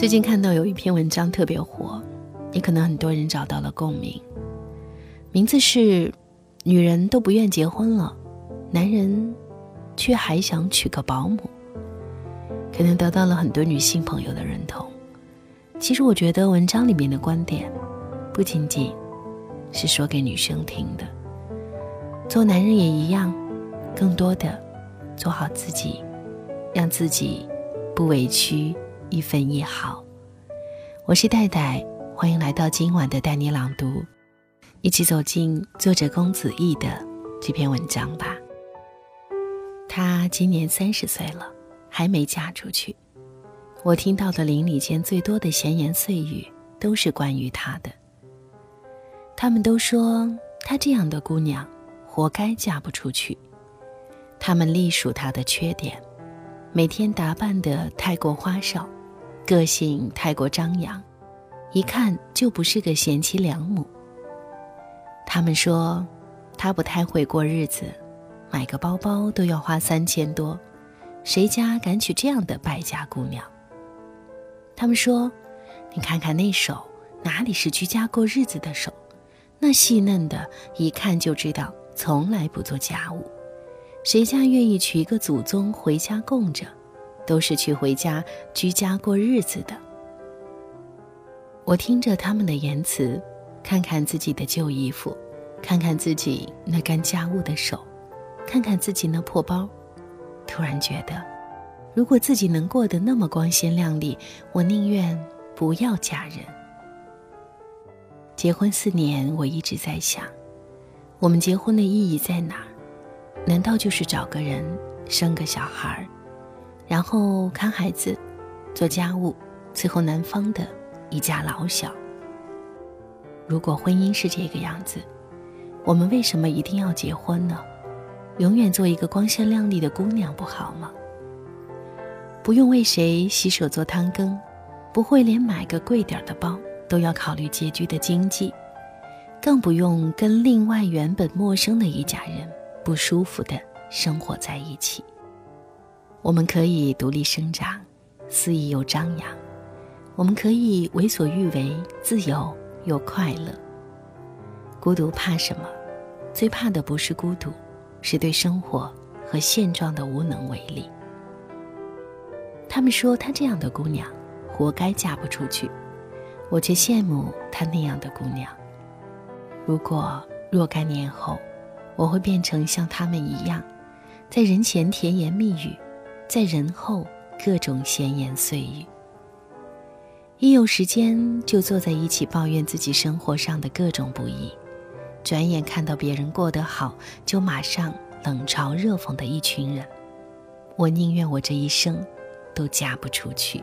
最近看到有一篇文章特别火，也可能很多人找到了共鸣，名字是女人都不愿结婚了，男人却还想娶个保姆，可能得到了很多女性朋友的认同。其实我觉得文章里面的观点不仅仅是说给女生听的，做男人也一样，更多的做好自己，让自己不委屈一分一毫。我是戴戴，欢迎来到今晚的带你朗读，一起走进作者龚子义的这篇文章吧。她今年30岁了，还没嫁出去。我听到的邻里间最多的闲言碎语都是关于她的。他们都说她这样的姑娘活该嫁不出去，他们隶属她的缺点，每天打扮得太过花哨，个性太过张扬，一看就不是个贤妻良母。他们说她不太会过日子，买个包包都要花3000多，谁家敢娶这样的败家姑娘？他们说，你看看那手，哪里是居家过日子的手，那细嫩的一看就知道从来不做家务，谁家愿意娶一个祖宗回家供着，都是去回家居家过日子的。我听着他们的言辞，看看自己的旧衣服，看看自己那干家务的手，看看自己那破包，突然觉得如果自己能过得那么光鲜亮丽，我宁愿不要嫁人。结婚4年，我一直在想，我们结婚的意义在哪儿？难道就是找个人，生个小孩，然后看孩子，做家务，伺候男方的一家老小？如果婚姻是这个样子，我们为什么一定要结婚呢？永远做一个光鲜亮丽的姑娘不好吗？不用为谁洗手做汤羹，不会连买个贵点的包都要考虑拮据的经济，更不用跟另外原本陌生的一家人不舒服地生活在一起。我们可以独立生长，肆意又张扬，我们可以为所欲为，自由又快乐。孤独怕什么？最怕的不是孤独，是对生活和现状的无能为力。他们说她这样的姑娘活该嫁不出去，我却羡慕她那样的姑娘。如果若干年后我会变成像他们一样，在人前甜言蜜语，在人后各种闲言碎语，一有时间就坐在一起抱怨自己生活上的各种不易，转眼看到别人过得好就马上冷嘲热讽的一群人。我宁愿我这一生都嫁不出去。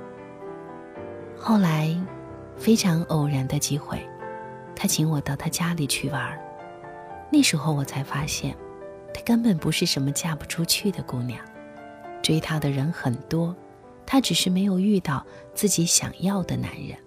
后来非常偶然的机会，他请我到他家里去玩，那时候我才发现她根本不是什么嫁不出去的姑娘，追她的人很多，她只是没有遇到自己想要的男人。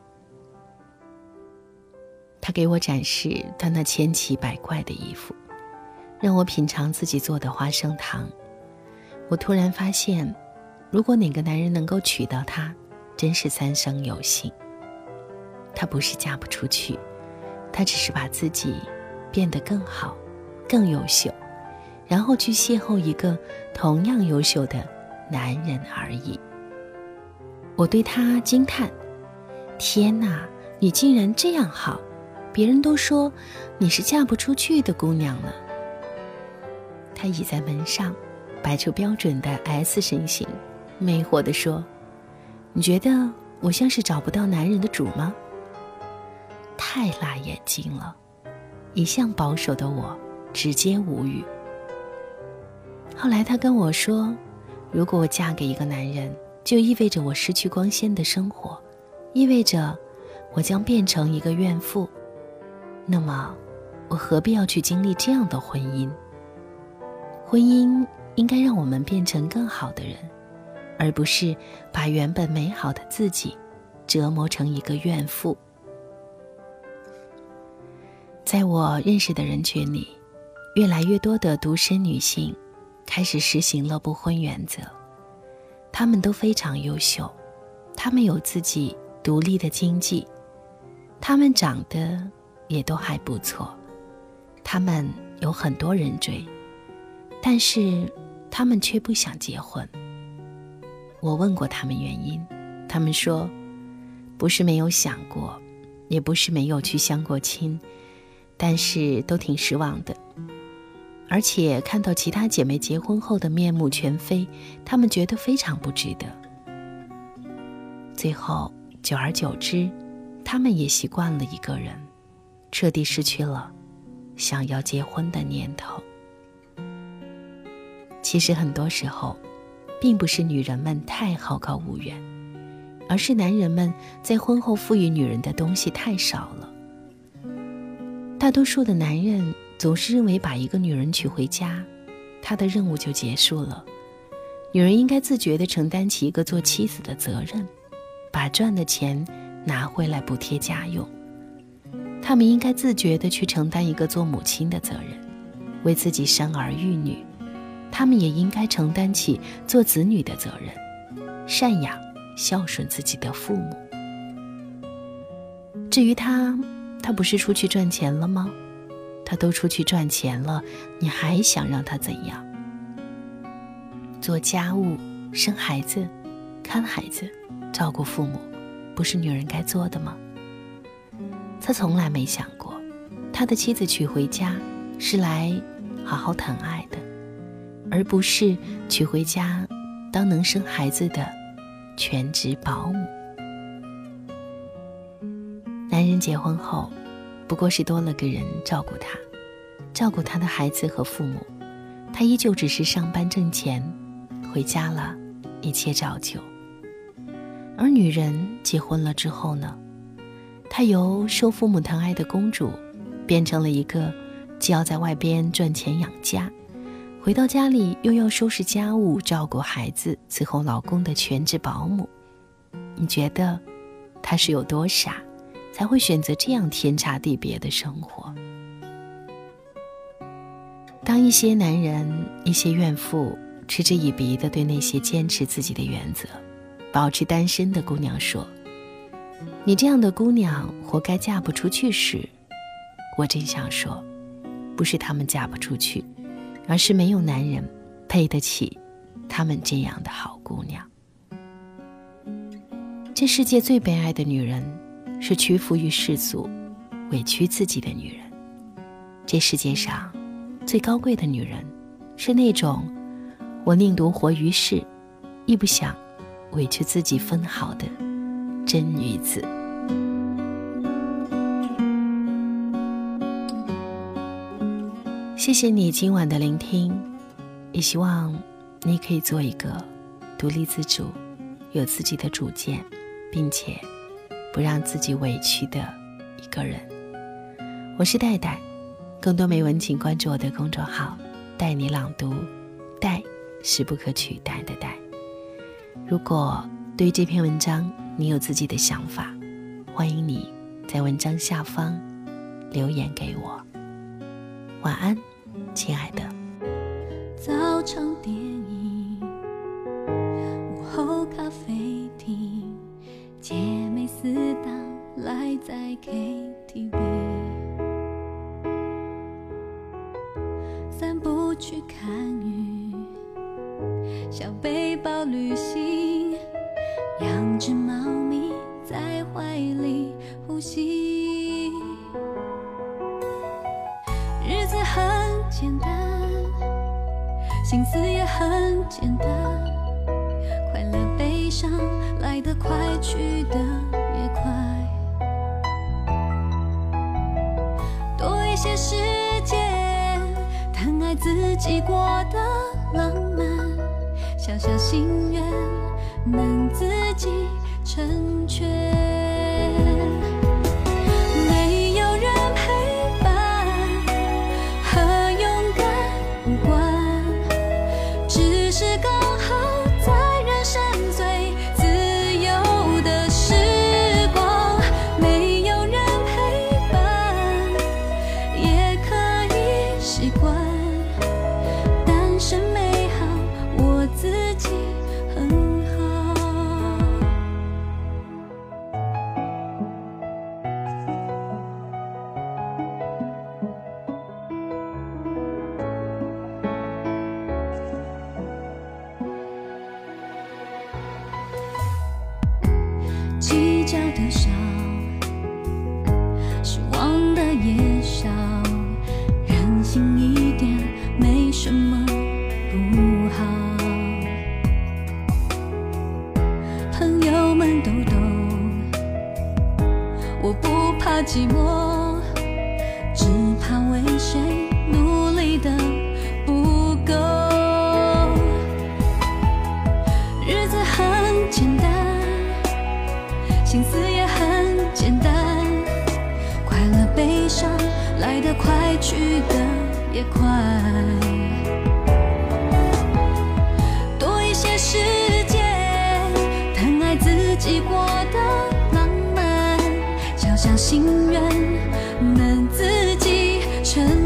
他给我展示他那千奇百怪的衣服，让我品尝自己做的花生糖。我突然发现，如果哪个男人能够娶到她，真是三生有幸。她不是嫁不出去，她只是把自己变得更好，更优秀，然后去邂逅一个同样优秀的男人而已。我对她惊叹，天哪，你竟然这样好，别人都说你是嫁不出去的姑娘了。她倚在门上，摆出标准的 S 身形，魅惑地说，你觉得我像是找不到男人的主吗？太辣眼睛了，一向保守的我直接无语。后来她跟我说，如果我嫁给一个男人，就意味着我失去光鲜的生活，意味着我将变成一个怨妇，那么我何必要去经历这样的婚姻？婚姻应该让我们变成更好的人，而不是把原本美好的自己折磨成一个怨妇。在我认识的人群里，越来越多的独身女性开始实行了不婚原则。她们都非常优秀， 他们有自己独立的经济，他们长得也都还不错，他们有很多人追，但是他们却不想结婚。我问过他们原因，他们说不是没有想过，也不是没有去相过亲，但是都挺失望的。而且看到其他姐妹结婚后的面目全非，他们觉得非常不值得。最后久而久之，他们也习惯了一个人，彻底失去了想要结婚的念头。其实很多时候并不是女人们太好高骛远，而是男人们在婚后赋予女人的东西太少了。大多数的男人总是认为把一个女人娶回家，他的任务就结束了。女人应该自觉地承担起一个做妻子的责任，把赚的钱拿回来补贴家用。他们应该自觉地去承担一个做母亲的责任，为自己生儿育女。他们也应该承担起做子女的责任，赡养孝顺自己的父母。至于他不是出去赚钱了吗？他都出去赚钱了，你还想让他怎样？做家务、生孩子、看孩子、照顾父母，不是女人该做的吗？他从来没想过，他的妻子娶回家是来好好疼爱的，而不是娶回家当能生孩子的全职保姆。男人结婚后不过是多了个人照顾他，照顾他的孩子和父母，他依旧只是上班挣钱，回家了一切照旧。而女人结婚了之后呢，她由受父母疼爱的公主变成了一个既要在外边赚钱养家，回到家里又要收拾家务、照顾孩子、伺候老公的全职保姆。你觉得她是有多傻，才会选择这样天差地别的生活？当一些男人、一些怨妇嗤之以鼻地对那些坚持自己的原则、保持单身的姑娘说，你这样的姑娘活该嫁不出去时，我真想说，不是她们嫁不出去，而是没有男人配得起她们这样的好姑娘。这世界最悲哀的女人是屈服于世俗、委屈自己的女人。这世界上最高贵的女人是那种我宁独活于世，亦不想委屈自己分毫的真女子。谢谢你今晚的聆听，也希望你可以做一个独立自主、有自己的主见，并且不让自己委屈的一个人。我是戴戴，更多美文请关注我的公众号带你朗读，戴是不可取代的戴。如果对于这篇文章你有自己的想法，欢迎你在文章下方留言给我。晚安，亲爱的。 早场电影，午后咖啡厅，姐妹四档赖在 KTV， 散步去看雨，小背包旅行，两只猫咪在怀里呼吸。日子很简单，心思也很简单，快乐悲伤来得快，去得也快。多一些时间，疼爱自己过的浪漫，小小心愿能自己成全。没有人陪伴和勇敢无关，只是刚好在人生最自由的时光。没有人陪伴也可以习惯，单身美好，我自己很好。 伤，来得快，去得也快。多一些时间，疼爱自己过得浪漫，想象心愿能自己成